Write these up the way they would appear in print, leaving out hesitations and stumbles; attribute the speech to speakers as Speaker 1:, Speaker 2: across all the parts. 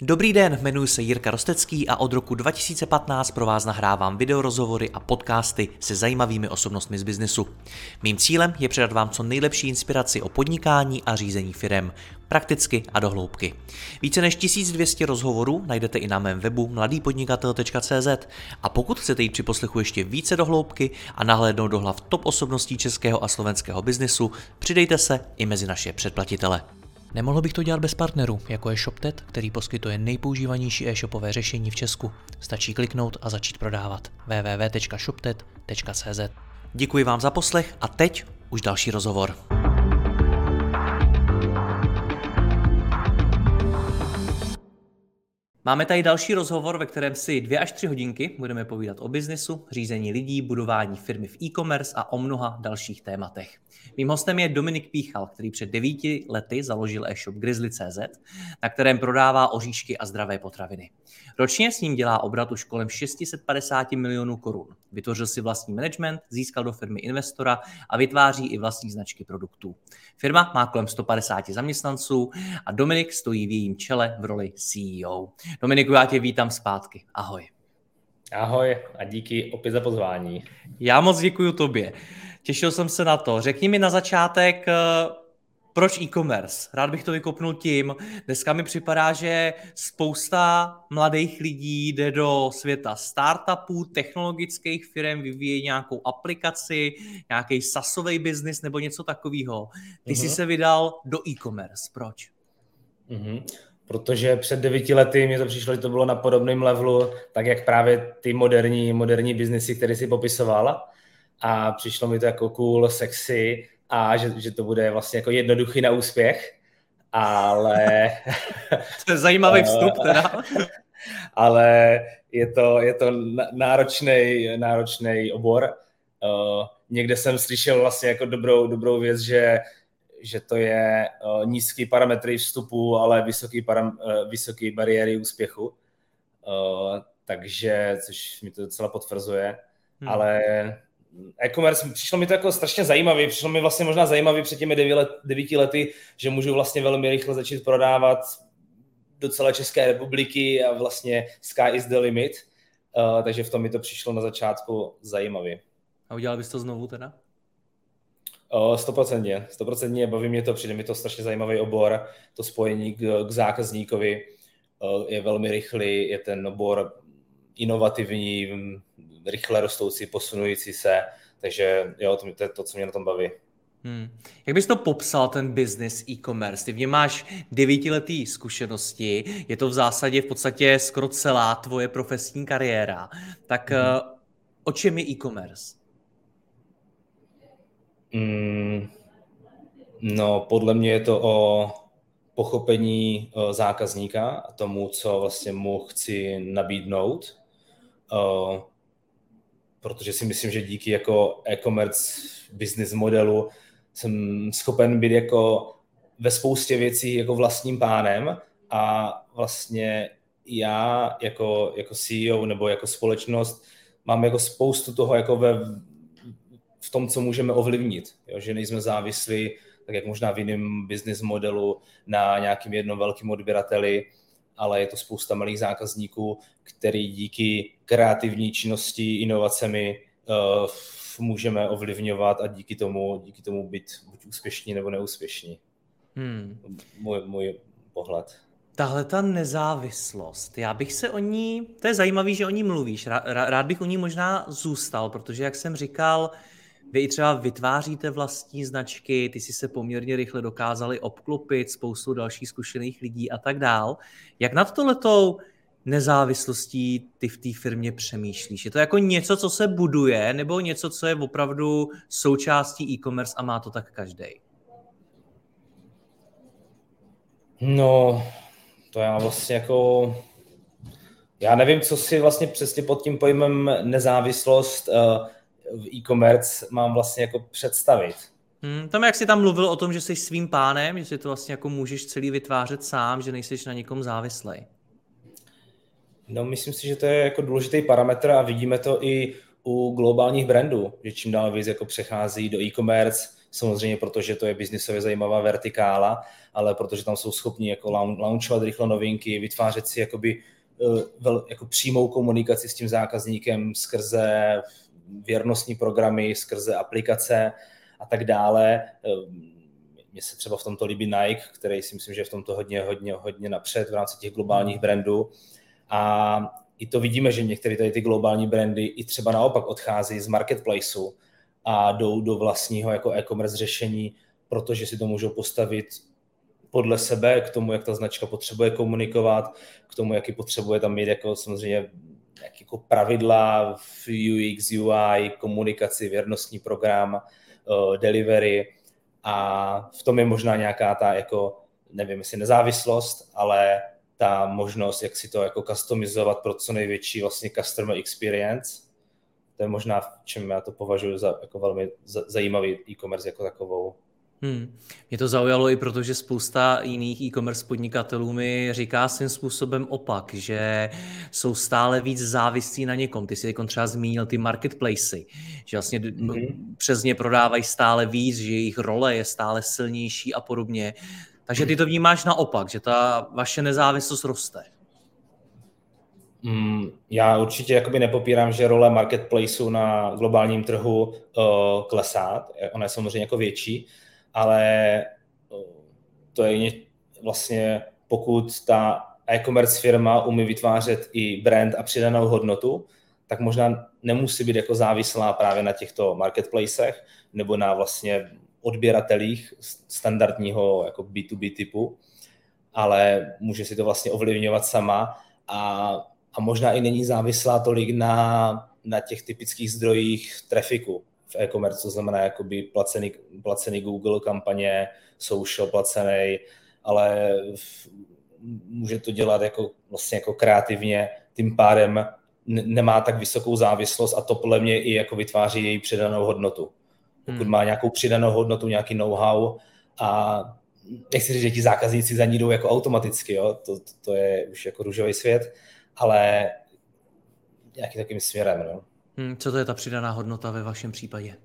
Speaker 1: Dobrý den, jmenuji se Jirka Rostecký a od roku 2015 pro vás nahrávám videorozhovory a podcasty se zajímavými osobnostmi z biznesu. Mým cílem je předat vám co nejlepší inspiraci o podnikání a řízení firem, prakticky a do hloubky. Více než 1200 rozhovorů najdete i na mém webu mladýpodnikatel.cz a pokud chcete jít při poslechu ještě více do hloubky a nahlédnout do hlav top osobností českého a slovenského biznesu, přidejte se i mezi naše předplatitele. Nemohl bych to dělat bez partnerů, jako je ShopTet, který poskytuje nejpoužívanější e-shopové řešení v Česku. Stačí kliknout a začít prodávat. www.shoptet.cz. Děkuji vám za poslech a teď už další rozhovor. Máme tady další rozhovor, ve kterém si 2 až 3 hodinky budeme povídat o biznesu, řízení lidí, budování firmy v e-commerce a o mnoha dalších tématech. Mým hostem je Dominik Píchal, který před 9 lety založil e-shop Grizzly.cz, na kterém prodává oříšky a zdravé potraviny. Ročně s ním dělá obrat už kolem 650 milionů korun. Vytvořil si vlastní management, získal do firmy investora a vytváří i vlastní značky produktů. Firma má kolem 150 zaměstnanců a Dominik stojí v jejím čele v roli CEO. Dominiku, já tě vítám zpátky. Ahoj.
Speaker 2: Ahoj a díky opět za pozvání.
Speaker 1: Já moc děkuju tobě. Těšil jsem se na to. Řekni mi na začátek, proč e-commerce? Rád bych to vykopnul tím. Dneska mi připadá, že spousta mladých lidí jde do světa startupů, technologických firm, vyvíjí nějakou aplikaci, nějaký SaaSový biznis nebo něco takového. Ty jsi se vydal do e-commerce. Proč?
Speaker 2: Protože před 9 lety mi to přišlo, že to bylo na podobném levelu, tak jak právě ty moderní biznesy, které si popisovala. A přišlo mi to jako cool, sexy a že to bude vlastně jako jednoduchý na úspěch. Ale...
Speaker 1: To je zajímavý vstup teda.
Speaker 2: Ale je to náročný obor. Někde jsem slyšel vlastně jako dobrou věc, že to je nízký parametry vstupu, ale vysoký bariéry úspěchu. Takže, což mi to docela potvrzuje. Ale e-commerce, přišlo mi to jako strašně zajímavý. Přišlo mi vlastně možná zajímavý před těmi 9 lety, že můžu vlastně velmi rychle začít prodávat do celé České republiky a vlastně sky is the limit. Takže v tom mi to přišlo na začátku zajímavý.
Speaker 1: A udělal bys to znovu teda?
Speaker 2: 100%. Baví mě to, přijde mi to strašně zajímavý obor, to spojení k zákazníkovi je velmi rychlý, je ten obor inovativní, rychle rostoucí, posunující se, takže jo, to je to, co mě na tom baví.
Speaker 1: Jak bys to popsal, ten business e-commerce? Ty v něm máš 9letý zkušenosti, je to v zásadě v podstatě skoro celá tvoje profesní kariéra. Tak o čem je e-commerce?
Speaker 2: No, podle mě je to o pochopení zákazníka a tomu, co vlastně mu chci nabídnout, protože si myslím, že díky jako e-commerce business modelu jsem schopen být jako ve spoustě věcí jako vlastním pánem a vlastně já jako CEO nebo jako společnost mám jako spoustu toho jako v tom, co můžeme ovlivnit, jo? Že nejsme závislí, tak jak možná v jiném business modelu na nějakým jednom velkým odběrateli, ale je to spousta malých zákazníků, který díky kreativní činnosti, inovacemi můžeme ovlivňovat a díky tomu být buď úspěšní nebo neúspěšní. Můj pohled.
Speaker 1: Tahle ta nezávislost, já bych se o ní, to je zajímavý, že o ní mluvíš, rád bych o ní možná zůstal, protože jak jsem říkal, vy i třeba vytváříte vlastní značky, ty si se poměrně rychle dokázali obklopit spoustu dalších zkušených lidí a tak dál. Jak nad tohletou nezávislostí ty v té firmě přemýšlíš? Je to jako něco, co se buduje, nebo něco, co je opravdu součástí e-commerce a má to tak každý?
Speaker 2: No, to já vlastně jako... Já nevím, co si vlastně přesně pod tím pojmem nezávislost v e-commerce mám vlastně jako představit.
Speaker 1: Tam jak jsi tam mluvil o tom, že jsi svým pánem, že si to vlastně jako můžeš celý vytvářet sám, že nejsi na někom závislej.
Speaker 2: No, myslím si, že to je jako důležitý parametr a vidíme to i u globálních brandů, že čím dál víc jako přechází do e-commerce, samozřejmě protože to je biznisově zajímavá vertikála, ale protože tam jsou schopni jako launchovat rychle novinky, vytvářet si jako přímou komunikaci s tím zákazníkem skrze věrnostní programy, skrze aplikace a tak dále. Mně se třeba v tomto líbí Nike, který si myslím, že je v tomto hodně napřed v rámci těch globálních brandů. A i to vidíme, že některé tady ty globální brandy i třeba naopak odchází z marketplaceu a jdou do vlastního jako e-commerce řešení, protože si to můžou postavit podle sebe, k tomu, jak ta značka potřebuje komunikovat, k tomu, jaký potřebuje tam mít jako samozřejmě jako pravidla v UX, UI, komunikaci, věrnostní program, delivery a v tom je možná nějaká ta jako, nevím, jestli nezávislost, ale ta možnost, jak si to jako customizovat pro co největší vlastně customer experience. To je možná, v čem já to považuji za jako velmi zajímavý e-commerce jako takovou.
Speaker 1: Mě to zaujalo i proto, že spousta jiných e-commerce podnikatelů mi říká svým způsobem opak, že jsou stále víc závislí na někom. Ty jsi třeba zmínil ty marketplacy, že vlastně přes ně prodávají stále víc, že jejich role je stále silnější a podobně. Takže ty to vnímáš naopak, že ta vaše nezávislost roste.
Speaker 2: Já určitě jakoby nepopírám, že role marketplaceu na globálním trhu klesá. Ona je samozřejmě jako větší, ale to je vlastně, pokud ta e-commerce firma umí vytvářet i brand a přidanou hodnotu, tak možná nemusí být jako závislá právě na těchto marketplacech nebo na vlastně odběratelích standardního jako B2B typu, ale může si to vlastně ovlivňovat sama a možná i není závislá tolik na těch typických zdrojích trafiku v e-commerce, to znamená jakoby placený Google kampaně, social placený, ale může to dělat jako vlastně jako kreativně, tím pádem nemá tak vysokou závislost a to podle mě i jako vytváří její přidanou hodnotu. Pokud má nějakou přidanou hodnotu, nějaký know-how a nechci říct, že ti zákazníci za ní jdou jako automaticky, jo? To je už jako růžový svět, ale nějakým takým směrem. No.
Speaker 1: Co to je ta přidaná hodnota ve vašem případě?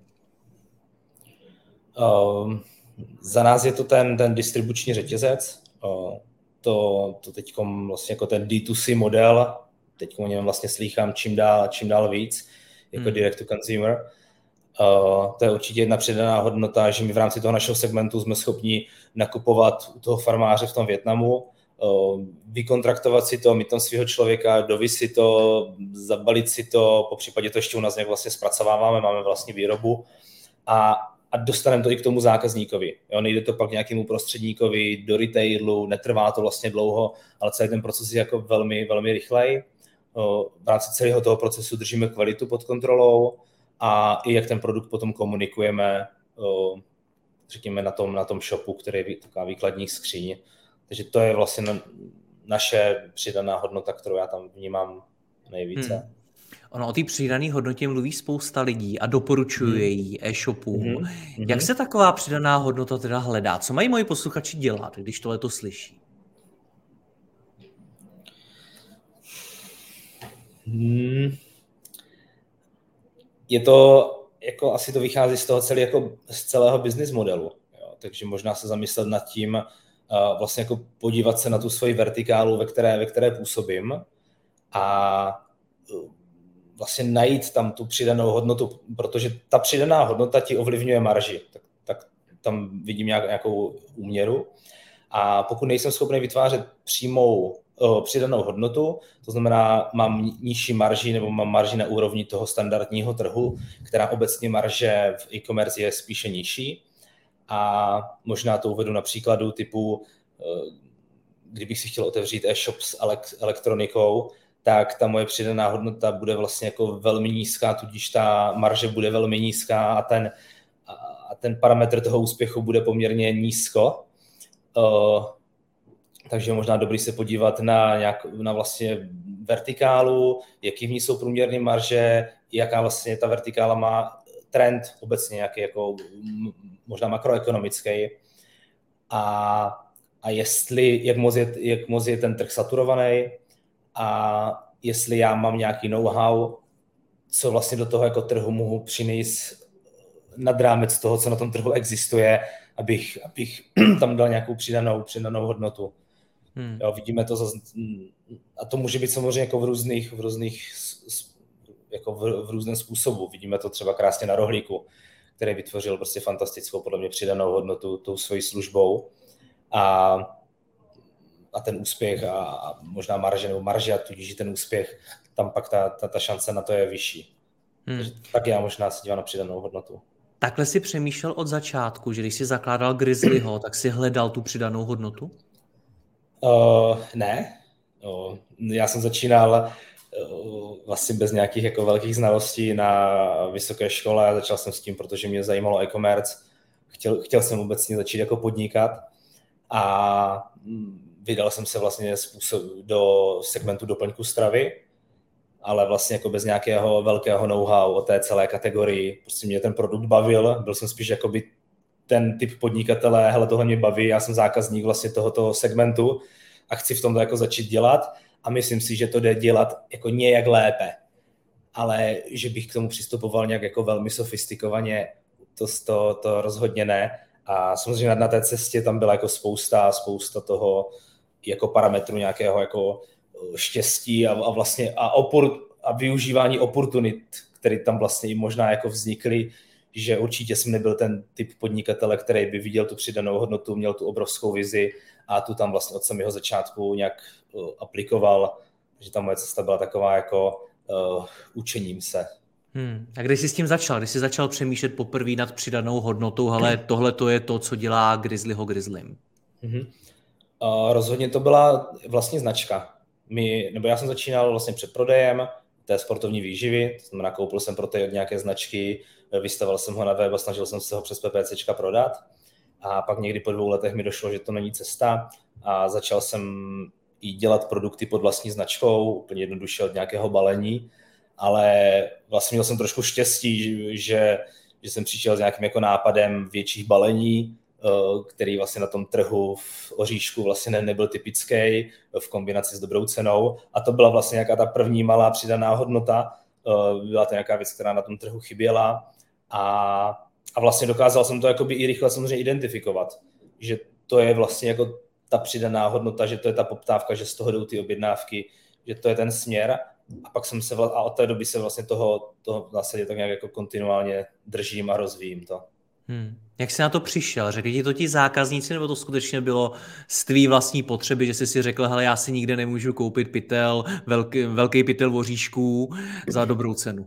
Speaker 2: Za nás je to ten distribuční řetězec, to teď vlastně jako ten D2C model, teď o něm vlastně slýchám čím dál víc, jako direct to consumer. To je určitě jedna přidaná hodnota, že my v rámci toho našeho segmentu jsme schopni nakupovat u toho farmáře v tom Vietnamu, vykontraktovat si to, mít tam svého člověka, dovízt si to, zabalit si to, po případě to ještě u nás nějak vlastně zpracováváme, máme vlastní výrobu a dostaneme to i k tomu zákazníkovi. Jo, nejde to pak nějakému prostředníkovi do retailu, netrvá to vlastně dlouho, ale celý ten proces je jako velmi, velmi rychlej. V rámci celého toho procesu držíme kvalitu pod kontrolou a i jak ten produkt potom komunikujeme, řekněme na tom shopu, který je taková výkladní skříň. Takže to je vlastně naše přidaná hodnota, kterou já tam vnímám nejvíce.
Speaker 1: Ono o té přidané hodnotě mluví spousta lidí a doporučuje ji e-shopům. Jak se taková přidaná hodnota teda hledá? Co mají moji posluchači dělat, když tohleto slyší?
Speaker 2: Je to, jako asi to vychází z toho z celého business modelu. Jo? Takže možná se zamyslet nad tím, vlastně jako podívat se na tu svoji vertikálu, ve které působím a vlastně najít tam tu přidanou hodnotu, protože ta přidaná hodnota ti ovlivňuje marži, tak tam vidím nějakou úměru a pokud nejsem schopný vytvářet přímou přidanou hodnotu, to znamená, mám nižší marži nebo mám marži na úrovni toho standardního trhu, která obecně marže v e-commerce je spíše nižší. A možná to uvedu na příkladu typu, kdybych si chtěl otevřít e-shop s elektronikou, tak ta moje přidaná hodnota bude vlastně jako velmi nízká, tudíž ta marže bude velmi nízká a ten parametr toho úspěchu bude poměrně nízko. Takže možná dobrý se podívat na vlastně vertikálu, jaký v ní jsou průměrné marže, jaká vlastně ta vertikála má trend obecně, nějaký jako možná makroekonomický a jak moc je ten trh saturovaný a jestli já mám nějaký know-how, co vlastně do toho jako trhu mohu přinést nad rámec toho, co na tom trhu existuje, abych tam dal nějakou přidanou hodnotu. Jo, vidíme to a to může být samozřejmě jako v různém způsobu. Vidíme to třeba krásně na Rohlíku, který vytvořil prostě fantastickou podle mě přidanou hodnotu tou svojí službou a ten úspěch a možná marže a tudíž ten úspěch, tam pak ta šance na to je vyšší. Tak já možná si dívám na přidanou hodnotu.
Speaker 1: Takhle si přemýšlel od začátku, že když jsi zakládal Grizzlyho, tak si hledal tu přidanou hodnotu?
Speaker 2: Ne. Já jsem začínal vlastně bez nějakých jako velkých znalostí na vysoké škole. Začal jsem s tím, protože mě zajímalo e-commerce. Chtěl jsem obecně začít jako podnikat a vydal jsem se vlastně do segmentu doplňku stravy, ale vlastně jako bez nějakého velkého know-how o té celé kategorii. Prostě mě ten produkt bavil, byl jsem spíš jakoby ten typ podnikatele, hele, tohle mě baví, já jsem zákazník vlastně tohoto segmentu a chci v tomto jako začít dělat a myslím si, že to jde dělat jako nějak lépe. Ale že bych k tomu přistupoval nějak jako velmi sofistikovaně, to rozhodně ne. A samozřejmě na té cestě tam byla jako spousta toho jako parametru nějakého jako štěstí a vlastně a využívání oportunit, které tam vlastně i možná jako vznikly, že určitě jsem nebyl ten typ podnikatele, který by viděl tu přidanou hodnotu, měl tu obrovskou vizi a tu tam vlastně od samého začátku nějak aplikoval, že ta moje cesta byla taková jako učením se.
Speaker 1: A když jsi s tím začal? Když jsi začal přemýšlet poprvé nad přidanou hodnotou, ale tohle to je to, co dělá Grizzlyho Grizzlym?
Speaker 2: Rozhodně to byla vlastně značka. Já jsem začínal vlastně před prodejem té sportovní výživy, to znamená, koupil jsem protej od nějaké značky, vystavil jsem ho na web a snažil jsem se ho přes PPCčka prodat. A pak někdy po 2 letech mi došlo, že to není cesta a začal jsem i dělat produkty pod vlastní značkou, úplně jednoduše od nějakého balení, ale vlastně měl jsem trošku štěstí, že jsem přišel s nějakým jako nápadem větších balení, který vlastně na tom trhu v oříšku vlastně nebyl typický v kombinaci s dobrou cenou a to byla vlastně nějaká ta první malá přidaná hodnota, byla to nějaká věc, která na tom trhu chyběla a vlastně dokázal jsem to jakoby i rychle samozřejmě identifikovat, že to je vlastně jako ta přidaná hodnota, že to je ta poptávka, že z toho jdou ty objednávky, že to je ten směr a pak jsem a od té doby se vlastně toho v zásadě tak nějak jako kontinuálně držím a rozvíjím to.
Speaker 1: Jak jsi na to přišel? Řekli ti to ti zákazníci, nebo to skutečně bylo z tvý vlastní potřeby, že jsi si řekl, hele, já si nikde nemůžu koupit pytel, velký pytel voříšků za dobrou cenu?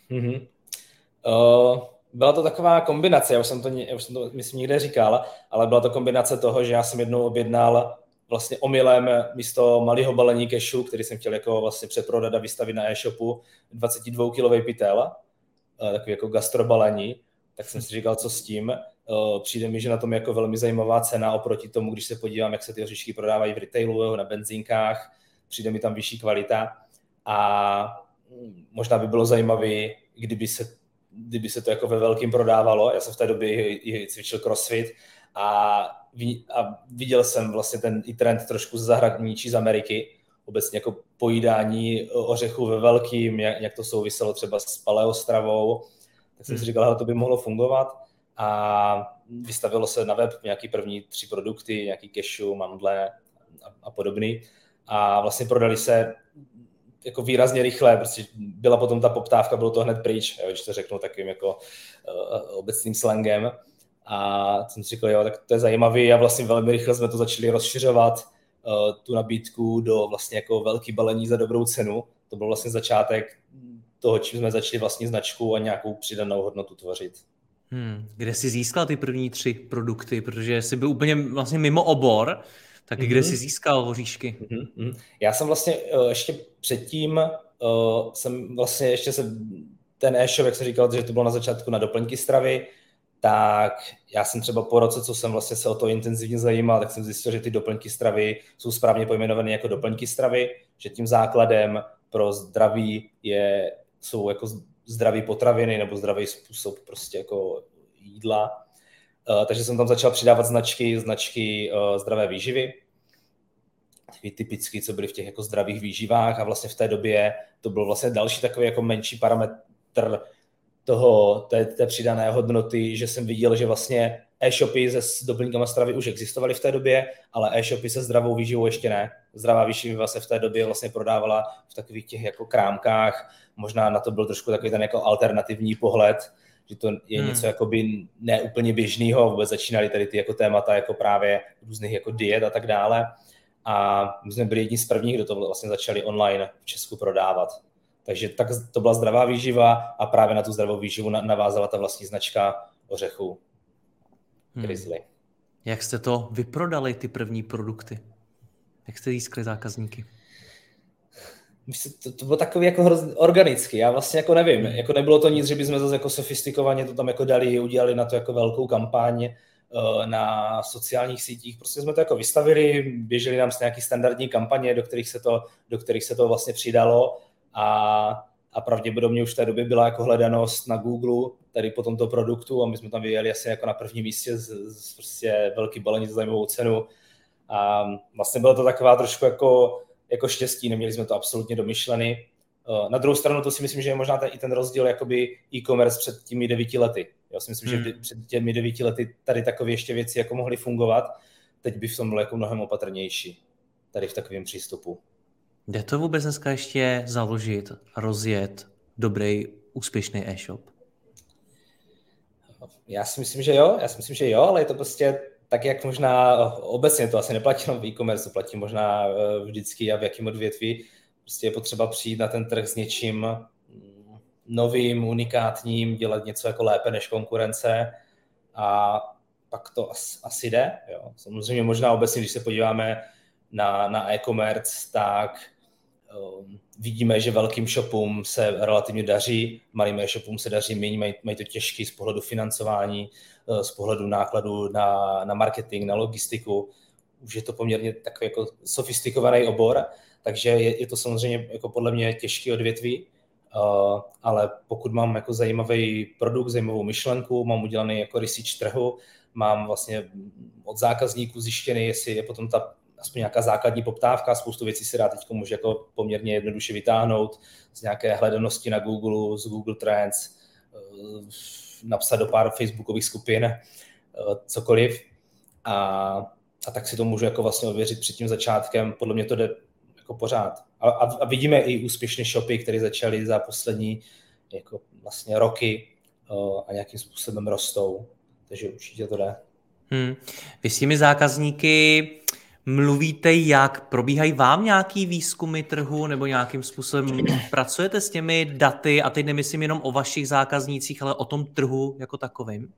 Speaker 2: Byla to taková kombinace, já už jsem to myslím někde říkal, ale byla to kombinace toho, že já jsem jednou objednal vlastně omylem místo malého balení kešu, který jsem chtěl jako vlastně přeprodat a vystavit na e-shopu, 22-kilový pytel, takový jako gastrobalení, tak jsem si říkal, co s tím. Přijde mi, že na tom je jako velmi zajímavá cena oproti tomu, když se podívám, jak se ty oříšky prodávají v retailu, na benzínkách, přijde mi tam vyšší kvalita a možná by bylo zajímavé, kdyby se to jako ve velkým prodávalo. Já jsem v té době i cvičil crossfit a viděl jsem vlastně ten i trend trošku z zahraničí, z Ameriky, obecně jako pojídání ořechů ve velkým, jak to souviselo třeba s paleostravou, tak jsem si říkal, že to by mohlo fungovat a vystavilo se na web nějaký první 3 produkty, nějaký cashew, mandle a podobný a vlastně prodali se jako výrazně rychle, prostě byla potom ta poptávka, bylo to hned pryč, když to řeknu takovým jako obecným slangem a jsem si říkal, jo, tak to je zajímavý a vlastně velmi rychle jsme to začali rozšiřovat, tu nabídku do vlastně jako velký balení za dobrou cenu, to byl vlastně začátek toho, čím jsme začali vlastní značku a nějakou přidanou hodnotu tvořit.
Speaker 1: Kde jsi získal ty první 3 produkty, protože jsi byl úplně vlastně mimo obor, tak kde jsi získal hoříšky?
Speaker 2: Já jsem vlastně ještě předtím, ten e-shop, jak jsem říkal, že to bylo na začátku na doplňky stravy, tak já jsem třeba po roce, co jsem vlastně se o to intenzivně zajímal, tak jsem zjistil, že ty doplňky stravy jsou správně pojmenované jako doplňky stravy, že tím základem pro zdraví jsou jako zdraví potraviny nebo zdravý způsob prostě jako jídla. Takže jsem tam začal přidávat značky zdravé výživy, typicky, co byly v těch jako zdravých výživách a vlastně v té době to byl vlastně další takový jako menší parametr té přidané hodnoty, že jsem viděl, že vlastně e-shopy se doplňkama stravy už existovaly v té době, ale e-shopy se zdravou výživou ještě ne. Zdravá výživa se v té době vlastně prodávala v takových těch jako krámkách, možná na to byl trošku takový ten jako alternativní pohled, že to je něco jakoby neúplně běžného, vůbec začínaly tady ty jako témata jako právě různých jako diet a tak dále. A my jsme byli jedni z prvních, kdo to vlastně začali online v Česku prodávat. Takže tak to byla zdravá výživa a právě na tu zdravou výživu navázala ta vlastní značka ořechů Grizzly.
Speaker 1: Jak jste to vyprodali, ty první produkty? Jak jste získali zákazníky?
Speaker 2: To bylo takový jako organický, já vlastně jako nevím, jako nebylo to nic, že bychom zase jako sofistikovaně to tam jako dali, udělali na to jako velkou kampaň na sociálních sítích, prostě jsme to jako vystavili, běželi nám z nějaký standardní kampaně, do kterých se to vlastně přidalo a pravděpodobně už v té době byla jako hledanost na Google tady po tomto produktu a my jsme tam vyjeli asi jako na prvním místě z prostě velký balení za zajímavou cenu a vlastně bylo to taková trošku jako štěstí, neměli jsme to absolutně domyšlený. Na druhou stranu to si myslím, že je možná i ten rozdíl jakoby e-commerce před těmi 9 lety. Já si myslím, že před těmi 9 lety tady takové ještě věci jako mohly fungovat, teď by v tom bylo jako mnohem opatrnější, tady v takovém přístupu.
Speaker 1: Jde to vůbec dneska ještě založit, rozjet dobrý, úspěšný e-shop?
Speaker 2: Já si myslím, že jo, ale je to prostě tak, jak možná obecně to asi neplatí jenom v e-commerce, to platí možná vždycky a v jakém odvětví. Prostě je potřeba přijít na ten trh s něčím novým, unikátním, dělat něco jako lépe než konkurence a pak to asi jde. Jo. Samozřejmě možná obecně, když se podíváme na e-commerce, tak vidíme, že velkým shopům se relativně daří, malým e-shopům se daří méně, mají to těžké z pohledu financování, z pohledu nákladu na marketing, na logistiku. Už je to poměrně takový jako sofistikovaný obor, takže je to samozřejmě jako podle mě těžký odvětví, ale pokud mám jako zajímavý produkt, zajímavou myšlenku, mám udělaný jako research trhu, mám vlastně od zákazníků zjištěný, jestli je potom ta aspoň nějaká základní poptávka, spoustu věcí se dá teď může jako poměrně jednoduše vytáhnout z nějaké hledanosti na Google, z Google Trends, napsat do pár facebookových skupin, cokoliv. A tak si to můžu jako vlastně ověřit před tím začátkem. Podle mě to jde jako pořád. A vidíme i úspěšné shopy, které začaly za poslední jako vlastně roky a nějakým způsobem rostou. Takže určitě to jde.
Speaker 1: Vy s těmi zákazníky mluvíte jak? Probíhají vám nějaký výzkumy trhu nebo nějakým způsobem pracujete s těmi daty a teď nemyslím jenom o vašich zákaznících, ale o tom trhu jako takovým?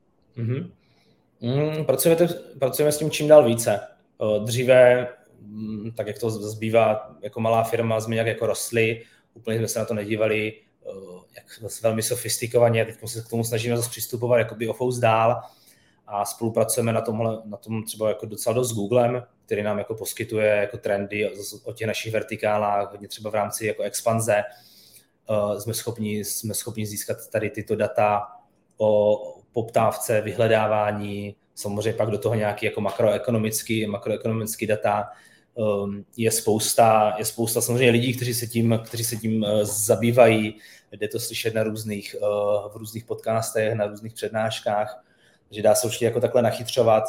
Speaker 2: Pracujeme s tím čím dál více. Dříve, tak jak to zbývá, jako malá firma jsme nějak jako rostli, úplně jsme se na to nedívali jak velmi sofistikovaně, teď se k tomu snažíme zase přistupovat jakoby o fous dál a spolupracujeme na tom třeba jako docela dost s Googlem, který nám jako poskytuje jako trendy o těch našich vertikálách, hodně třeba v rámci jako expanze. Jsme schopni získat tady tyto data o poptávce, vyhledávání, samozřejmě pak do toho nějaký jako makroekonomický data. Je spousta samozřejmě lidí, kteří se tím zabývají, jde to slyšet v různých podcastech, na různých přednáškách, že dá se určitě jako takhle nachytřovat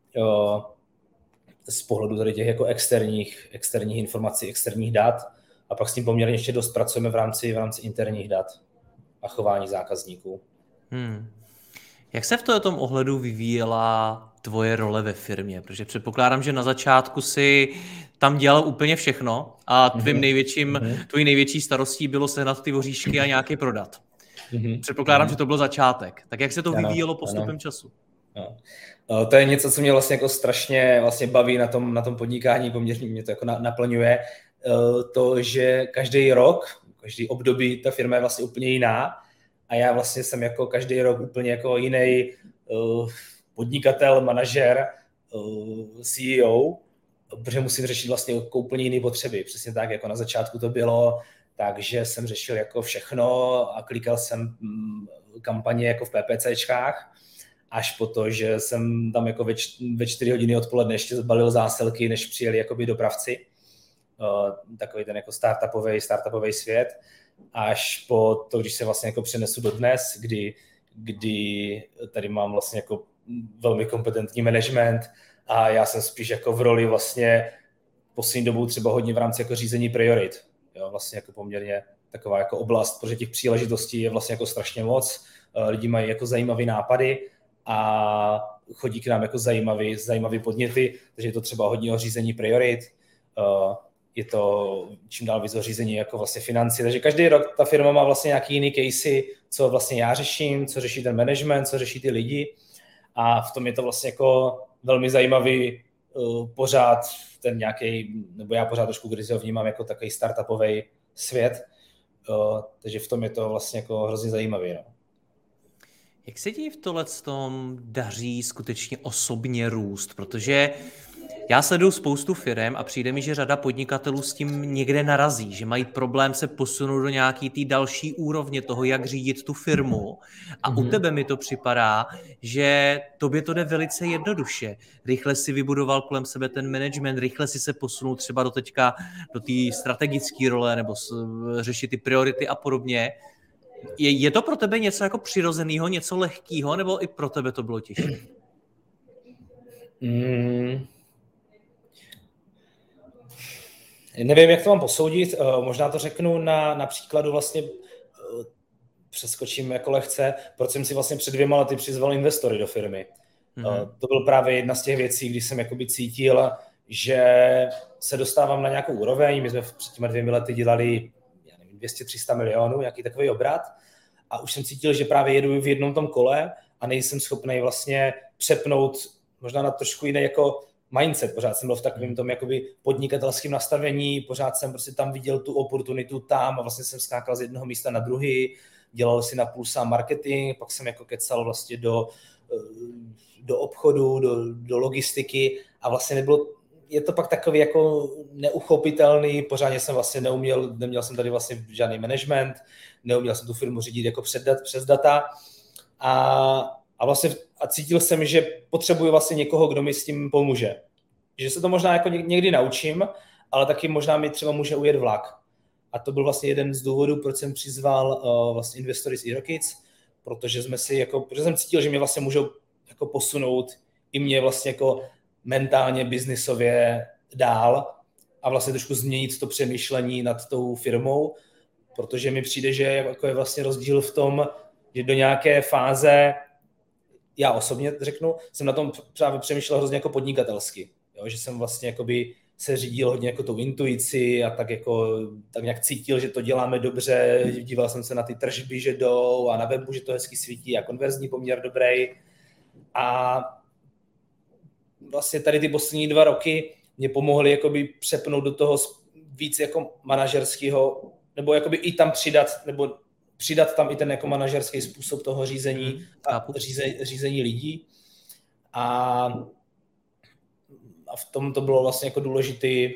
Speaker 2: z pohledu tady těch jako externích informací, externích dat a pak s tím poměrně ještě dost pracujeme v rámci interních dat a chování zákazníků.
Speaker 1: Jak se v tom ohledu vyvíjela tvoje role ve firmě? Protože předpokládám, že na začátku si tam dělal úplně všechno a tvojí největší starostí bylo sehnat ty voříšky a nějaké prodat. Předpokládám, že to byl začátek. Tak jak se to vyvíjelo postupem času?
Speaker 2: To je něco, co mě vlastně jako strašně vlastně baví na tom podnikání, poměrně mě to jako naplňuje. To, že každý rok, každý období ta firma je vlastně úplně jiná a já vlastně jsem jako každý rok úplně jako jiný podnikatel, manažer, CEO, protože musím řešit vlastně jako úplně jiné potřeby. Přesně tak, jako na začátku to bylo, takže jsem řešil jako všechno a klikal jsem kampaně jako v PPCčkách, až po to, že jsem tam jako ve 4 hodiny odpoledne ještě zbalil zásilky, než přijeli jakoby dopravci. Takový ten jako startupový svět. až po to, když se vlastně jako přenesu do dnes, kdy tady mám vlastně jako velmi kompetentní management a já jsem spíš jako v roli vlastně poslední dobou třeba hodně v rámci jako řízení priorit. Jo, vlastně jako poměrně taková jako oblast, protože těch příležitostí je vlastně jako strašně moc. Lidi mají jako zajímavé nápady a chodí k nám jako zajímavý podněty, takže je to třeba hodně o řízení priorit, je to čím dál víc o řízení jako vlastně financí, takže každý rok ta firma má vlastně nějaký jiný casey, co vlastně já řeším, co řeší ten management, co řeší ty lidi a v tom je to vlastně jako velmi zajímavý pořád ten nějaký, nebo já pořád trošku když ho vnímám jako takový startupový svět, takže v tom je to vlastně jako hrozně zajímavý. No.
Speaker 1: Jak se ti v tohletom daří skutečně osobně růst? Protože já sleduju spoustu firem a přijde mi, že řada podnikatelů s tím někde narazí, že mají problém se posunout do nějaký té další úrovně toho, jak řídit tu firmu. A u tebe mi to připadá, že tobě to jde velice jednoduše. Rychle si vybudoval kolem sebe ten management, rychle si se posunul třeba do teďka do té strategické role nebo řešit ty priority a podobně. Je to pro tebe něco jako přirozeného, něco lehkého, nebo i pro tebe to bylo těžké?
Speaker 2: Nevím, jak to mám posoudit, možná to řeknu na příkladu vlastně, přeskočím jako lehce, proč jsem si vlastně před 2 lety přizval investory do firmy. To byl právě jedna z těch věcí, kdy jsem jakoby cítil, že se dostávám na nějakou úroveň, my jsme před těmi 2 lety dělali 200-300 milionů, nějaký takový obrat a už jsem cítil, že právě jedu v jednom tom kole a nejsem schopný vlastně přepnout možná na trošku jiný jako mindset, pořád jsem byl v takovém tom jakoby podnikatelském nastavení, pořád jsem prostě tam viděl tu oportunitu tam a vlastně jsem skákal z jednoho místa na druhý, dělal si na půl sám marketing, pak jsem jako kecal vlastně do obchodu, do logistiky a vlastně je to pak takový jako neuchopitelný, pořádně jsem vlastně neměl jsem tady vlastně žádný management, neuměl jsem tu firmu řídit jako přes data a vlastně a cítil jsem, že potřebuji vlastně někoho, kdo mi s tím pomůže. Že se to možná jako někdy naučím, ale taky možná mi třeba může ujet vlak. A to byl vlastně jeden z důvodů, proč jsem přizval vlastně investory z eRockets, protože jsem cítil, že mě vlastně můžou jako posunout i mě vlastně jako mentálně, biznisově dál a vlastně trošku změnit to přemýšlení nad tou firmou, protože mi přijde, že jako je vlastně rozdíl v tom, že do nějaké fáze, já osobně řeknu, jsem na tom právě přemýšlel hrozně jako podnikatelsky, jo? Že jsem vlastně jakoby se řídil hodně jako tou intuici a tak nějak cítil, že to děláme dobře, díval jsem se na ty tržby, že jdou a na webu, že to hezky svítí a konverzní poměr dobrý a vlastně tady ty poslední 2 roky mě pomohly jakoby přepnout do toho víc jako manažerského, nebo jakoby i tam přidat tam i ten jako manažerský způsob toho řízení a řízení lidí. A v tom to bylo vlastně jako důležitý,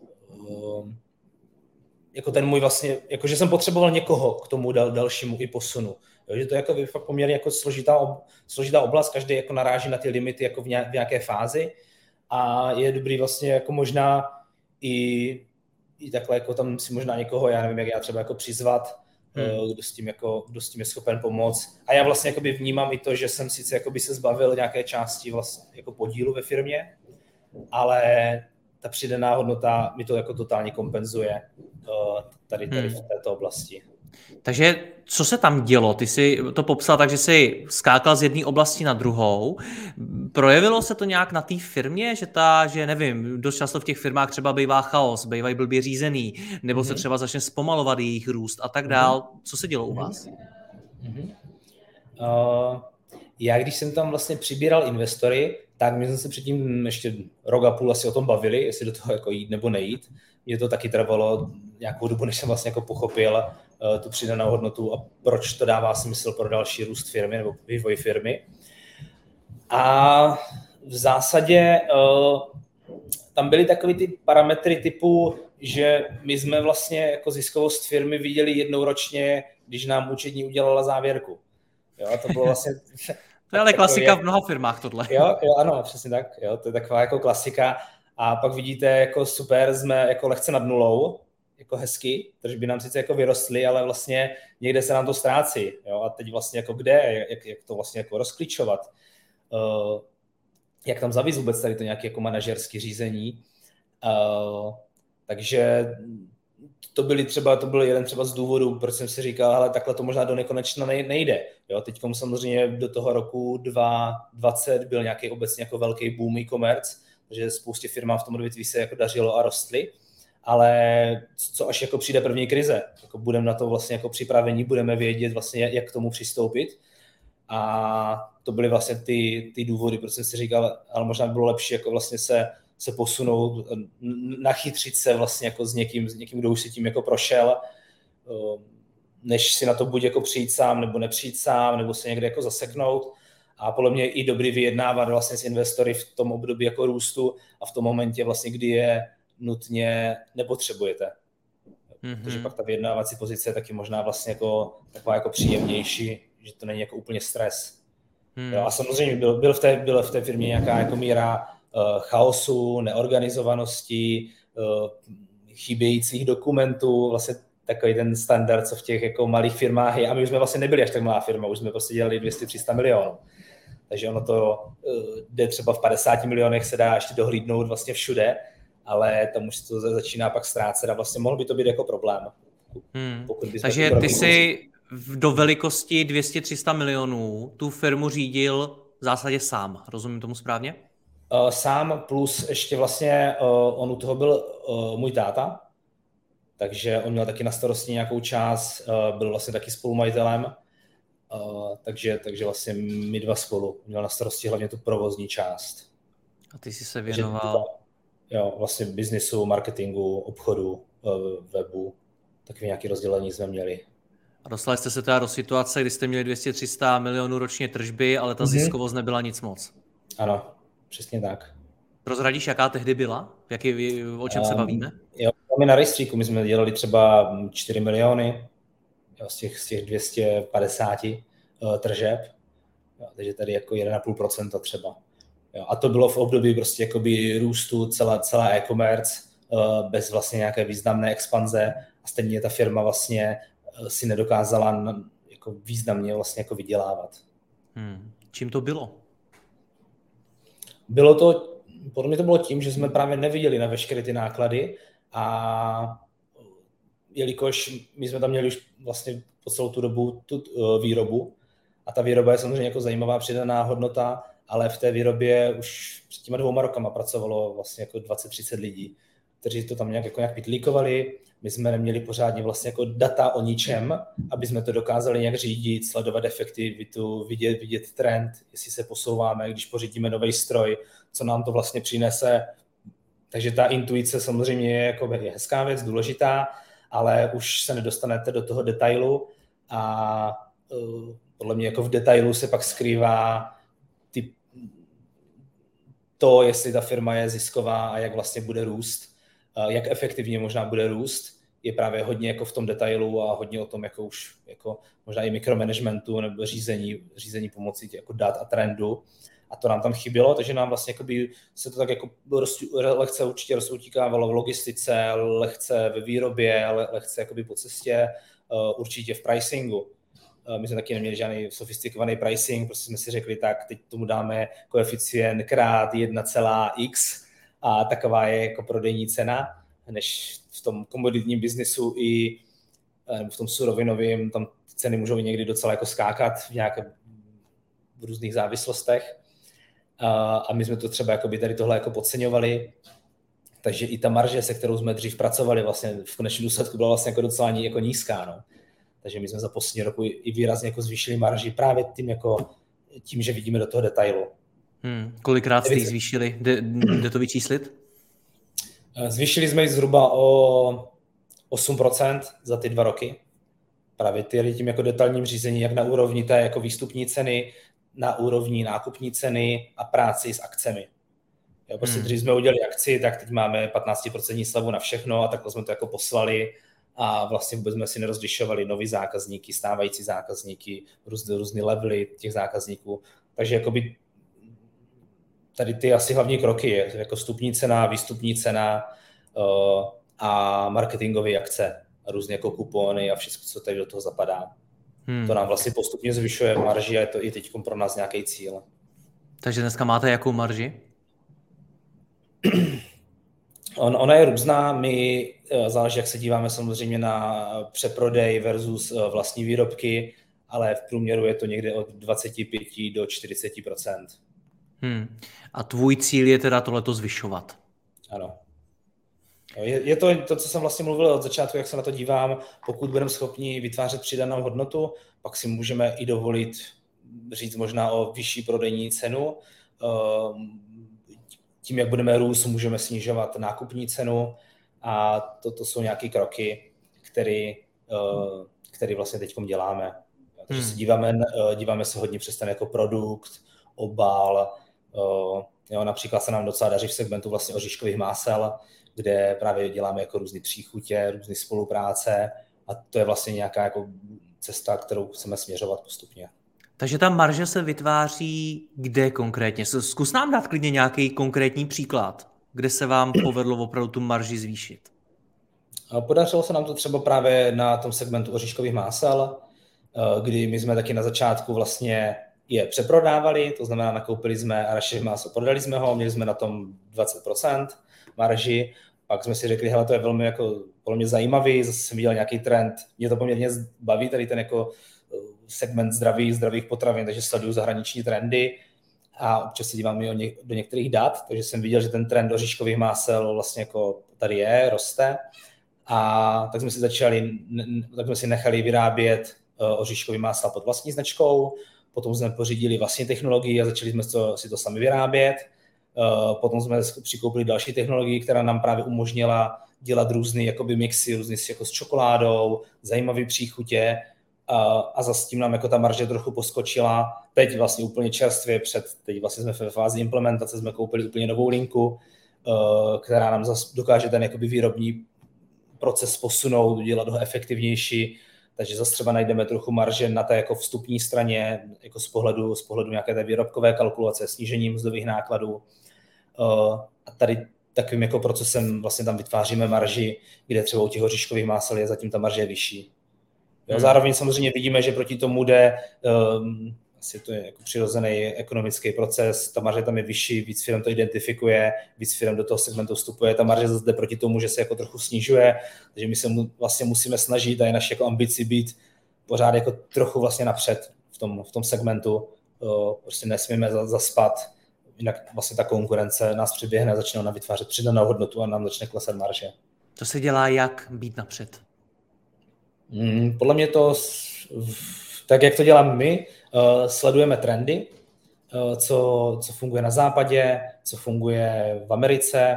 Speaker 2: jako ten můj vlastně, jako že jsem potřeboval někoho k tomu dalšímu i posunu. Jo, že to je jako fakt poměrně jako složitá oblast, každý jako naráží na ty limity jako v nějaké fázi a je dobrý vlastně jako možná i takhle jako tam si možná někoho, já nevím, jak já třeba jako přizvat, kdo s tím je schopen pomoct. A já vlastně jakoby vnímám i to, že jsem sice jakoby se zbavil nějaké části vlastně jako podílu ve firmě, ale ta přidaná hodnota mi to jako totálně kompenzuje tady v této oblasti.
Speaker 1: Takže co se tam dělo? Ty jsi to popsal tak, že jsi skákal z jedné oblasti na druhou. Projevilo se to nějak na té firmě, že nevím, dost často v těch firmách třeba bývá chaos, bývají blbě řízený, nebo se třeba začne zpomalovat jejich růst a tak dál. Co se dělo u vás?
Speaker 2: Já když jsem tam vlastně přibíral investory, tak my jsme se předtím ještě rok a půl asi o tom bavili, jestli do toho jako jít nebo nejít. Mně to taky trvalo nějakou dobu, než jsem vlastně jako pochopil tu přidanou hodnotu a proč to dává smysl pro další růst firmy nebo vývoj firmy. A v zásadě tam byly takové ty parametry typu, že my jsme vlastně jako ziskovost firmy viděli jednou ročně, když nám účetní udělala závěrku. Jo, to bylo vlastně...
Speaker 1: To je ale klasika v mnoha firmách tohle.
Speaker 2: Jo, ano, přesně tak. Jo, to je taková jako klasika. A pak vidíte, jako super, jsme jako lehce nad nulou, jako hezky, tržby nám sice jako vyrostly, ale vlastně někde se nám to ztrácí. Jo? A teď vlastně jako kde, jak to vlastně jako rozklíčovat, jak tam zavíc vůbec tady to nějaké jako manažerské řízení. Takže to byl jeden třeba z důvodů, proč jsem si říkal, ale takhle to možná do nekonečna nejde. Jo? Teď samozřejmě do toho roku 2020 byl nějaký obecně jako velký boom e-commerce, protože spoustě firmám v tom odvětví se jako dařilo a rostly, ale co až jako přijde první krize, jako budeme na to vlastně jako připraveni, budeme vědět vlastně, jak k tomu přistoupit. A to byly vlastně ty důvody, proč jsem si říkal, ale možná by bylo lepší jako vlastně se posunout, nachytřit se vlastně jako s někým, kdo už si tím jako prošel, než si na to buď jako přijít sám, nebo nepřijít sám, nebo se někde jako zaseknout. A podle mě je i dobrý vyjednávat vlastně s investory v tom období jako růstu a v tom momentě vlastně, kdy je nutně nepotřebujete. Takže pak ta vyjednávací pozice je taky možná vlastně jako taková jako příjemnější, že to není jako úplně stres. Jo, a samozřejmě byl v té firmě nějaká jako míra chaosu, neorganizovanosti, chybějících dokumentů, vlastně takový ten standard, co v těch jako malých firmách je. A my už jsme vlastně nebyli až tak malá firma, už jsme prostě dělali 200-300 milionů. Takže ono to jde třeba v 50 milionech, se dá ještě dohlídnout vlastně všude, ale tam už to začíná pak ztrácet a vlastně mohl by to být jako problém.
Speaker 1: Takže ty jsi do velikosti 200-300 milionů tu firmu řídil v zásadě sám, rozumím tomu správně?
Speaker 2: Sám plus ještě vlastně on u toho byl můj táta, takže on měl taky na starosti nějakou část, byl vlastně taky spolumajitelem, takže vlastně my dva spolu měl na starosti hlavně tu provozní část.
Speaker 1: A ty jsi se věnoval?
Speaker 2: Jo, vlastně biznisu, marketingu, obchodu, webu, takový nějaký rozdělení jsme měli.
Speaker 1: A dostali jste se teda do situace, kdy jste měli 200-300 milionů ročně tržby, ale ta ziskovost nebyla nic moc.
Speaker 2: Ano, přesně tak.
Speaker 1: Prozradíš, jaká tehdy byla? O čem se bavíme?
Speaker 2: Jo, my na rejstříku, my jsme dělali třeba 4 miliony jo, z těch 250 tržeb, jo, takže tady jako 1,5% třeba. Jo, a to bylo v období prostě jakoby růstu celá e-commerce, bez vlastně nějaké významné expanze a stejně ta firma vlastně si nedokázala jako významně vlastně jako vydělávat.
Speaker 1: Čím to bylo?
Speaker 2: Podle mě to bylo tím, že jsme právě neviděli na veškeré ty náklady a jelikož my jsme tam měli už vlastně po celou tu dobu tu výrobu a ta výroba je samozřejmě jako zajímavá přidaná hodnota, ale v té výrobě už před těma 2 rokama pracovalo vlastně jako 20-30 lidí, kteří to tam nějak pitlíkovali. My jsme neměli pořádně vlastně jako data o ničem, aby jsme to dokázali nějak řídit, sledovat efektivitu, vidět trend, jestli se posouváme, když pořídíme nový stroj, co nám to vlastně přinese. Takže ta intuice samozřejmě je hezká věc, důležitá, ale už se nedostanete do toho detailu a podle mě jako v detailu se pak skrývá to, jestli ta firma je zisková a jak vlastně bude růst, jak efektivně možná bude růst, je právě hodně jako v tom detailu a hodně o tom jako už jako možná i mikromanagementu nebo řízení pomocí jako dat a trendu. A to nám tam chybělo, takže nám vlastně se to tak jako lehce určitě rozoutíkávalo v logistice, lehce ve výrobě, lehce po cestě, určitě v pricingu. My jsme taky neměli žádný sofistikovaný pricing, prostě jsme si řekli, tak teď tomu dáme koeficient krát 1,x a taková je jako prodejní cena, než v tom komoditním biznisu i v tom surovinovém, tam ceny můžou někdy docela jako skákat v různých závislostech. A my jsme to třeba tady tohle jako podceňovali, takže i ta marže, se kterou jsme dřív pracovali, vlastně v konečném důsledku byla vlastně jako docela jako nízká. No. Takže my jsme za poslední roku i výrazně jako zvýšili marži právě tím, že vidíme do toho detailu.
Speaker 1: Kolikrát jste ji zvýšili? Jde to vyčíslit?
Speaker 2: Zvýšili jsme ji zhruba o 8% za ty 2 roky. Právě tím jako detailním řízení, jak na úrovni té jako výstupní ceny, na úrovni nákupní ceny a práci s akcemi. Jo, prostě když jsme udělali akci, tak teď máme 15% slevu na všechno a takhle jsme to jako poslali a vlastně vůbec jsme si nerozlišovali nový zákazníky, stávající zákazníky, různé levely těch zákazníků. Takže jakoby tady ty asi hlavní kroky je jako vstupní cena, výstupní cena, a marketingové akce, a různé jako kupony a všechno, co tady do toho zapadá. To nám vlastně postupně zvyšuje marži a je to i teď pro nás nějaký cíl.
Speaker 1: Takže dneska máte jakou marži?
Speaker 2: Ona je různá, my záleží, jak se díváme samozřejmě na přeprodej versus vlastní výrobky, ale v průměru je to někde od 25 do 40%.
Speaker 1: A tvůj cíl je teda tohleto zvyšovat?
Speaker 2: Ano. Je to, co jsem vlastně mluvil od začátku, jak se na to dívám. Pokud budeme schopni vytvářet přidanou hodnotu, pak si můžeme i dovolit říct možná o vyšší prodejní cenu. Tím, jak budeme růst, můžeme snižovat nákupní cenu a to jsou nějaké kroky, které vlastně teď děláme. Takže se díváme se hodně přes ten jako produkt, obal. Například se nám docela daří v segmentu vlastně oříškových másel, kde právě děláme jako různé příchutě, různé spolupráce a to je vlastně nějaká jako cesta, kterou chceme směřovat postupně.
Speaker 1: Takže ta marže se vytváří kde konkrétně? Zkus nám dát klidně nějaký konkrétní příklad, kde se vám povedlo opravdu tu marži zvýšit.
Speaker 2: Podařilo se nám to třeba právě na tom segmentu oříškových másel, kdy my jsme taky na začátku vlastně je přeprodávali, to znamená nakoupili jsme arašidové máslo, prodali jsme ho, měli jsme na tom 20% marži, pak jsme si řekli, hele, to je velmi jako podle mě zajímavý, zase jsem viděl nějaký trend, mě to poměrně baví, tady ten jako segment zdravých potravin, takže sleduju zahraniční trendy a občas se dívám i do některých dat, takže jsem viděl, že ten trend oříškových másel vlastně jako tady roste a tak jsme si nechali vyrábět oříškový másla pod vlastní značkou, potom jsme pořídili vlastní technologii a začali jsme si to sami vyrábět. Potom jsme přikoupili další technologii, která nám právě umožnila dělat různé jakoby mixy, různé jako s čokoládou, zajímavé příchutě a zase tím nám jako ta marže trochu poskočila. Teď vlastně úplně čerstvě, teď vlastně jsme ve fázi implementace, jsme koupili úplně novou linku, která nám zase dokáže ten jakoby výrobní proces posunout, udělat ho efektivnější, takže zase třeba najdeme trochu marže na té jako vstupní straně, jako z pohledu nějaké té výrobkové kalkulace, snížení mzdových nákladů. A tady takovým jako procesem vlastně tam vytváříme marži, kde třeba u těch oříškových másel je zatím ta marže vyšší. Zároveň samozřejmě vidíme, že proti tomu jde, asi to je jako přirozený ekonomický proces, ta marže tam je vyšší, víc firm to identifikuje, víc firm do toho segmentu vstupuje, ta marže zde proti tomu, že se jako trochu snižuje, takže my se vlastně musíme snažit a je naše jako ambici být pořád jako trochu vlastně napřed v tom segmentu, prostě nesmíme zaspat, jinak vlastně ta konkurence nás předběhne a začne nám vytvářet přidanou hodnotu a nám začne klesat marže.
Speaker 1: To se dělá jak být napřed?
Speaker 2: Podle mě to, tak jak to děláme my, sledujeme trendy, co funguje na západě, co funguje v Americe,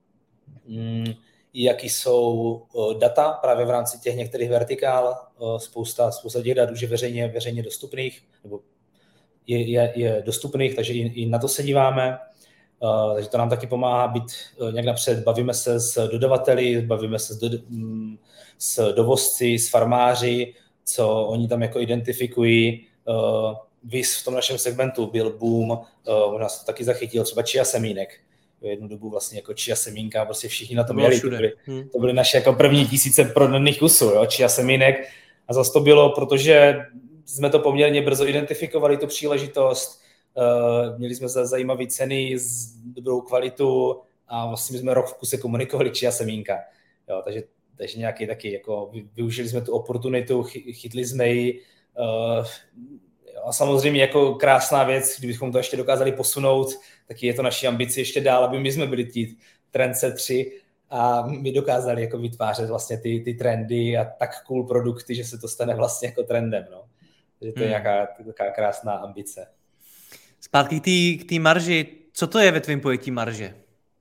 Speaker 2: jaký jsou data právě v rámci těch některých vertikál, spousta těch dat už je veřejně dostupných, nebo je dostupných, takže i na to se díváme. Takže to nám taky pomáhá být nějak napřed. Bavíme se s dodavateli, bavíme se s dovozci, s farmáři, co oni tam jako identifikují. V tom našem segmentu byl boom, možná se to taky zachytil, třeba chia semínek. Jednu dobu vlastně jako chia semínka, prostě všichni na to měli. To byly naše jako první 1000 prodaných kusů, chia semínek. A zase to bylo, protože jsme to poměrně brzo identifikovali, tu příležitost. Měli jsme zajímavé ceny, z dobrou kvalitu a vlastně jsme rok v kuse komunikovali chia semínka. Takže nějaký taky, jako využili jsme tu oportunitu, chytli jsme ji. A samozřejmě jako krásná věc, kdybychom to ještě dokázali posunout, tak je to naší ambici ještě dál, aby my jsme byli tí trendsetři a my dokázali jako vytvářet vlastně ty trendy a tak cool produkty, že se to stane vlastně jako trendem. No. Takže to je nějaká krásná ambice.
Speaker 1: Zpátky k té marži. Co to je ve tvém pojetí marže?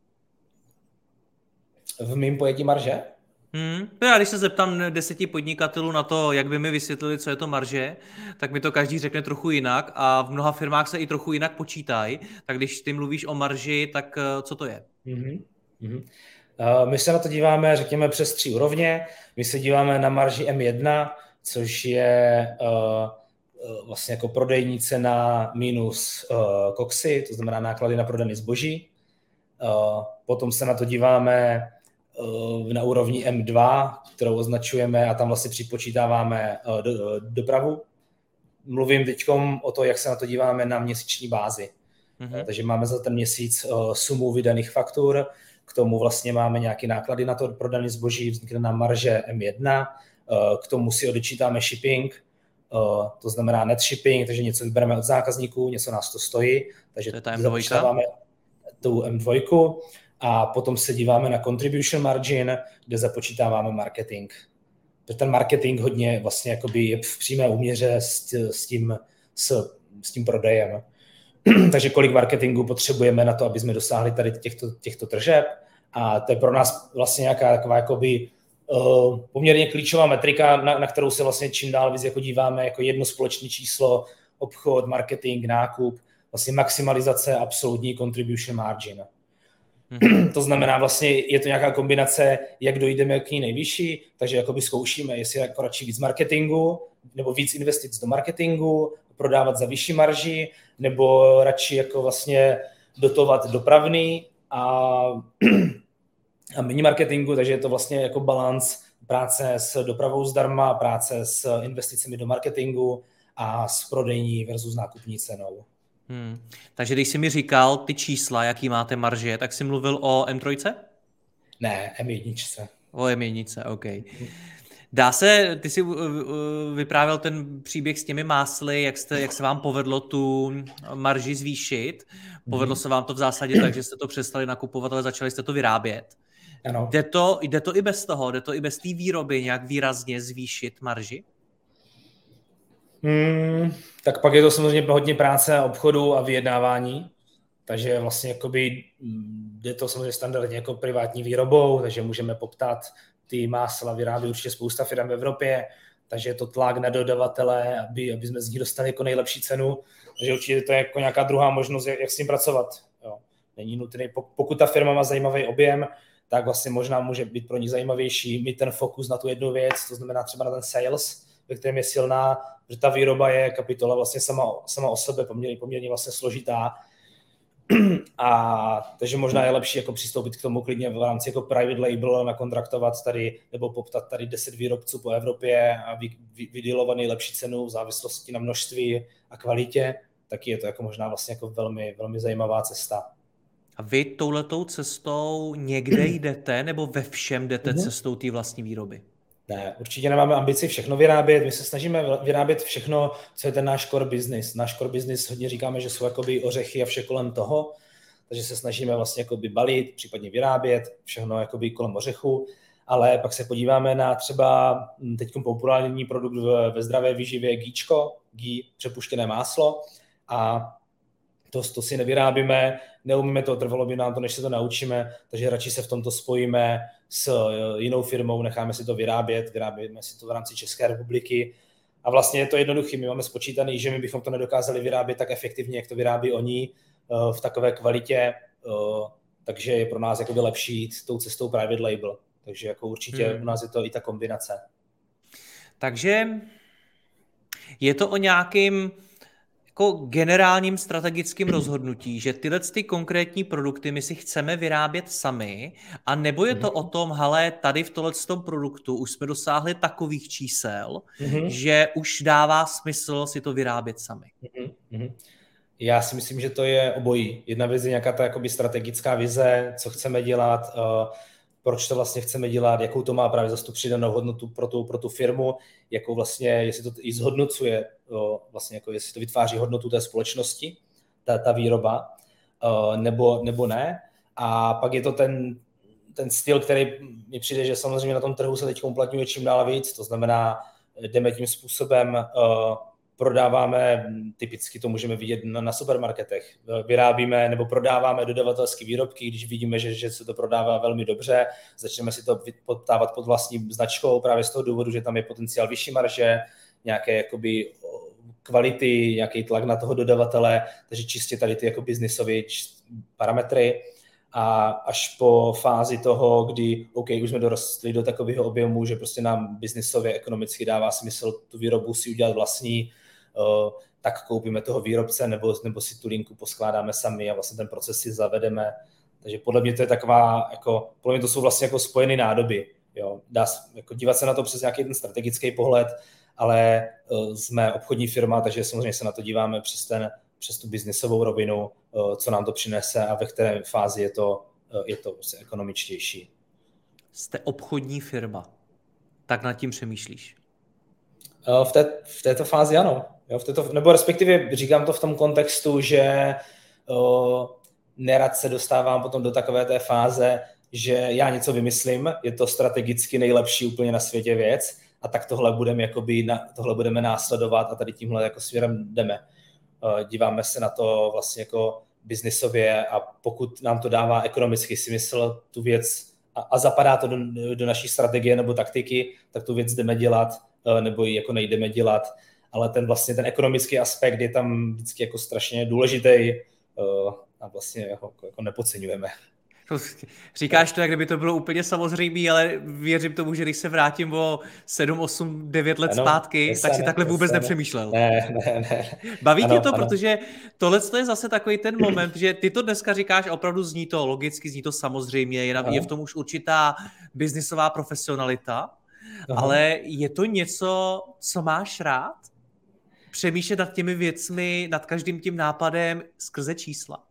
Speaker 2: V mém pojetí marže?
Speaker 1: Já když se zeptám 10 podnikatelů na to, jak by mi vysvětlili, co je to marže, tak mi to každý řekne trochu jinak a v mnoha firmách se i trochu jinak počítají. Tak když ty mluvíš o marži, tak co to je?
Speaker 2: My se na to díváme, řekněme, přes 3 úrovně. My se díváme na marži M1, což je vlastně jako prodejní cena minus koksy, to znamená náklady na prodané zboží. Potom se na to díváme na úrovni M2, kterou označujeme a tam vlastně připočítáváme dopravu. Mluvím teď o to, jak se na to díváme na měsíční bázi. Takže máme za ten měsíc sumu vydaných faktur, k tomu vlastně máme nějaké náklady na to prodané zboží, vznikne nám marže M1, k tomu si odečítáme shipping, to znamená net shipping, takže něco vybereme od zákazníků, něco nás to stojí, takže započítáváme tu M2 a potom se díváme na contribution margin, kde započítáváme marketing. Ten marketing hodně vlastně jakoby je v přímé úměře s tím prodejem. Takže kolik marketingu potřebujeme na to, aby jsme dosáhli tady těchto tržeb. A to je pro nás vlastně nějaká taková jakoby, poměrně klíčová metrika, na kterou se vlastně čím dál víc jako díváme jako jedno společné číslo, obchod, marketing, nákup, vlastně maximalizace absolutní contribution margin. To znamená vlastně, je to nějaká kombinace, jak dojdeme k ní nejvyšší, takže jakoby zkoušíme, jestli jako radši víc marketingu, nebo víc investic do marketingu, prodávat za vyšší marži, nebo radši jako vlastně dotovat dopravný a méně marketingu, takže je to vlastně jako balans práce s dopravou zdarma, práce s investicemi do marketingu a s prodejní versus nákupní cenou.
Speaker 1: Takže když jsi mi říkal ty čísla, jaký máte marže, tak jsi mluvil o M3?
Speaker 2: Ne, M1.
Speaker 1: O M1, OK. Dá se, ty jsi vyprávěl ten příběh s těmi másly, jak se vám povedlo tu marži zvýšit. Povedlo se vám to v zásadě tak, že jste to přestali nakupovat, ale začali jste to vyrábět.
Speaker 2: Ano.
Speaker 1: Jde to i bez toho, jde to i bez té výroby nějak výrazně zvýšit marži?
Speaker 2: Tak pak je to samozřejmě hodně práce obchodu a vyjednávání, takže vlastně jakoby jde to samozřejmě standardně jako privátní výrobou, takže můžeme poptat ty másla, vyrábí určitě spousta firm v Evropě, takže je to tlak na dodavatele, aby jsme z nich dostali jako nejlepší cenu, takže určitě to je jako nějaká druhá možnost, jak s tím pracovat. Jo. Není nutný, pokud ta firma má zajímavý objem, tak vlastně možná může být pro ní zajímavější mít ten fokus na tu jednu věc, to znamená třeba na ten sales, ve kterém je silná, že ta výroba je kapitola vlastně sama o sebe poměrně vlastně složitá. A takže možná je lepší jako přistoupit k tomu klidně v rámci jako private label, nakontraktovat tady nebo poptat tady 10 výrobců po Evropě a vydilovat nejlepší cenu v závislosti na množství a kvalitě, tak je to jako možná vlastně jako velmi, velmi zajímavá cesta.
Speaker 1: A vy touhletou cestou někde jdete nebo ve všem jdete cestou té vlastní výroby?
Speaker 2: Ne, určitě nemáme ambici všechno vyrábět, my se snažíme vyrábět všechno, co je ten náš core business. Náš core business hodně říkáme, že jsou jakoby ořechy a vše kolem toho, takže se snažíme vlastně jakoby balit, případně vyrábět všechno jakoby kolem ořechu, ale pak se podíváme na třeba teď populární produkt ve zdravé výživě ghee, přepuštěné máslo a to si nevyrábíme, neumíme to, trvalo by nám to, než se to naučíme, takže radši se v tomto spojíme s jinou firmou, necháme si to vyrábíme si to v rámci České republiky a vlastně je to jednoduché, my máme spočítaný, že my bychom to nedokázali vyrábět tak efektivně, jak to vyrábí oni v takové kvalitě, takže je pro nás jakoby lepší jít tou cestou private label, takže jako určitě u nás je to i ta kombinace.
Speaker 1: Takže je to o nějakým jako generálním strategickým rozhodnutí, že tyhle ty konkrétní produkty my si chceme vyrábět sami, a nebo je to o tom, hele, tady v tohletom produktu už jsme dosáhli takových čísel, že už dává smysl si to vyrábět sami.
Speaker 2: Já si myslím, že to je obojí. Jedna věc je nějaká ta jakoby strategická vize, co chceme dělat, proč to vlastně chceme dělat, jakou to má právě zase tu přidanou hodnotu pro tu firmu, jakou vlastně, jestli to i zhodnocuje, vlastně jako jestli to vytváří hodnotu té společnosti, ta výroba, nebo ne. A pak je to ten styl, který mi přijde, že samozřejmě na tom trhu se teď uplatňuje čím dál víc, to znamená, jdeme tím způsobem, prodáváme, typicky to můžeme vidět na supermarketech, vyrábíme nebo prodáváme dodavatelské výrobky, když vidíme, že se to prodává velmi dobře, začneme si to poptávat pod vlastní značkou právě z toho důvodu, že tam je potenciál vyšší marže, nějaké jakoby kvality, nějaký tlak na toho dodavatele, takže čistě tady ty jako biznisové parametry. A až po fázi toho, kdy už jsme dorostli do takového objemu, že prostě nám biznisově, ekonomicky dává smysl tu výrobu si udělat vlastní, tak koupíme toho výrobce nebo si tu linku poskládáme sami a vlastně ten proces si zavedeme, Takže podle mě to je taková, jako, podle mě to jsou vlastně jako spojené nádoby. Jo. Dá jako dívat se na to přes nějaký ten strategický pohled, ale jsme obchodní firma, takže samozřejmě se na to díváme přes tu biznisovou rovinu, co nám to přinese a ve které fázi je to prostě ekonomičtější.
Speaker 1: Jste obchodní firma, tak nad tím přemýšlíš?
Speaker 2: V této fázi ano. Jo, nebo respektive říkám to v tom kontextu, že nerad se dostávám potom do takové té fáze, že já něco vymyslím, je to strategicky nejlepší úplně na světě věc a tak tohle budeme následovat a tady tímhle jako směrem jdeme. Díváme se na to vlastně jako biznisově a pokud nám to dává ekonomický smysl, tu věc a zapadá to do naší strategie nebo taktiky, tak tu věc jdeme dělat nebo ji jako nejdeme dělat, ale ten ekonomický aspekt je tam vždycky jako strašně důležitý a vlastně jako nepodceňujeme.
Speaker 1: Říkáš to, jak kdyby to bylo úplně samozřejmé, ale věřím tomu, že když se vrátím o 7, 8, 9 let zpátky, tak si takhle vůbec nepřemýšlel.
Speaker 2: Ne.
Speaker 1: Baví tě to, protože tohle je zase takový ten moment, že ty to dneska říkáš a opravdu zní to logicky, zní to samozřejmě, je v tom už určitá biznisová profesionalita, ale je to něco, co máš rád? Přemýšlet nad těmi věcmi, nad každým tím nápadem skrze čísla?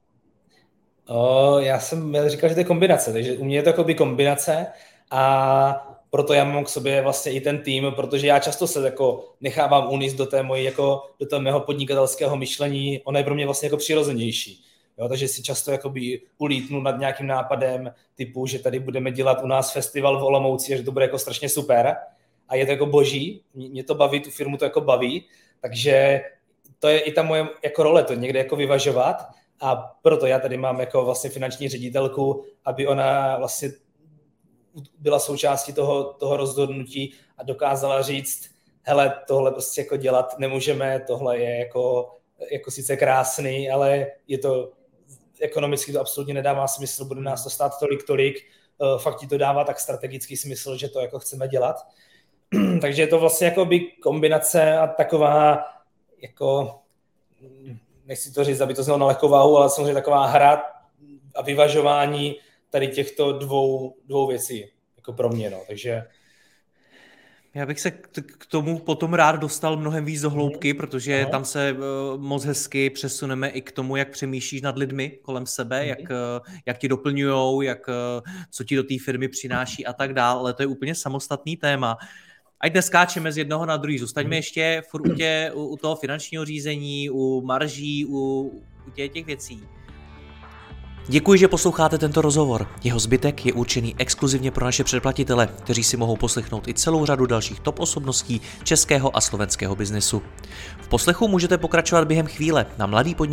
Speaker 2: Já jsem říkal, že to je kombinace, takže u mě je to jako by kombinace a proto já mám k sobě vlastně i ten tým, protože já často se jako nechávám unést do toho mého podnikatelského myšlení, ono je pro mě vlastně jako přirozenější. Jo, takže si často jakoby ulítnu nad nějakým nápadem typu, že tady budeme dělat u nás festival v Olomouci a že to bude jako strašně super a je to jako boží, mě to baví, tu firmu to jako baví, takže to je i ta moje jako role, to někde jako vyvažovat. A proto já tady mám jako vlastně finanční ředitelku, aby ona vlastně byla součástí toho rozhodnutí a dokázala říct, hele, tohle prostě jako dělat nemůžeme, tohle je jako sice krásný, ale je to ekonomicky to absolutně nedává smysl, bude nás to stát tolik, fakt ti to dává tak strategický smysl, že to jako chceme dělat. Takže je to vlastně jako by kombinace a taková jako nechci to říct, aby to znělo na lehkou váhu, ale samozřejmě taková hra a vyvažování tady těchto dvou věcí, jako pro mě, no, takže...
Speaker 1: Já bych se k tomu potom rád dostal mnohem víc do hloubky, protože tam se moc hezky přesuneme i k tomu, jak přemýšlíš nad lidmi kolem sebe, jak ti doplňujou, co ti do té firmy přináší a tak dál, ale to je úplně samostatný téma. Ať neskáčeme z jednoho na druhý, zůstaňme ještě furt u toho finančního řízení, u marží, u těch věcí. Děkuji, že posloucháte tento rozhovor. Jeho zbytek je určený exkluzivně pro naše předplatitele, kteří si mohou poslechnout i celou řadu dalších top osobností českého a slovenského biznesu. V poslechu můžete pokračovat během chvíle na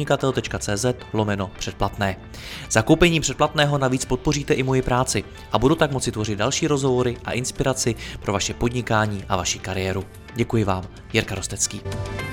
Speaker 1: mladýpodnikatel.cz/předplatné. Zakoupením předplatného navíc podpoříte i moji práci a budu tak moci tvořit další rozhovory a inspiraci pro vaše podnikání a vaši kariéru. Děkuji vám, Jirka Rostecký.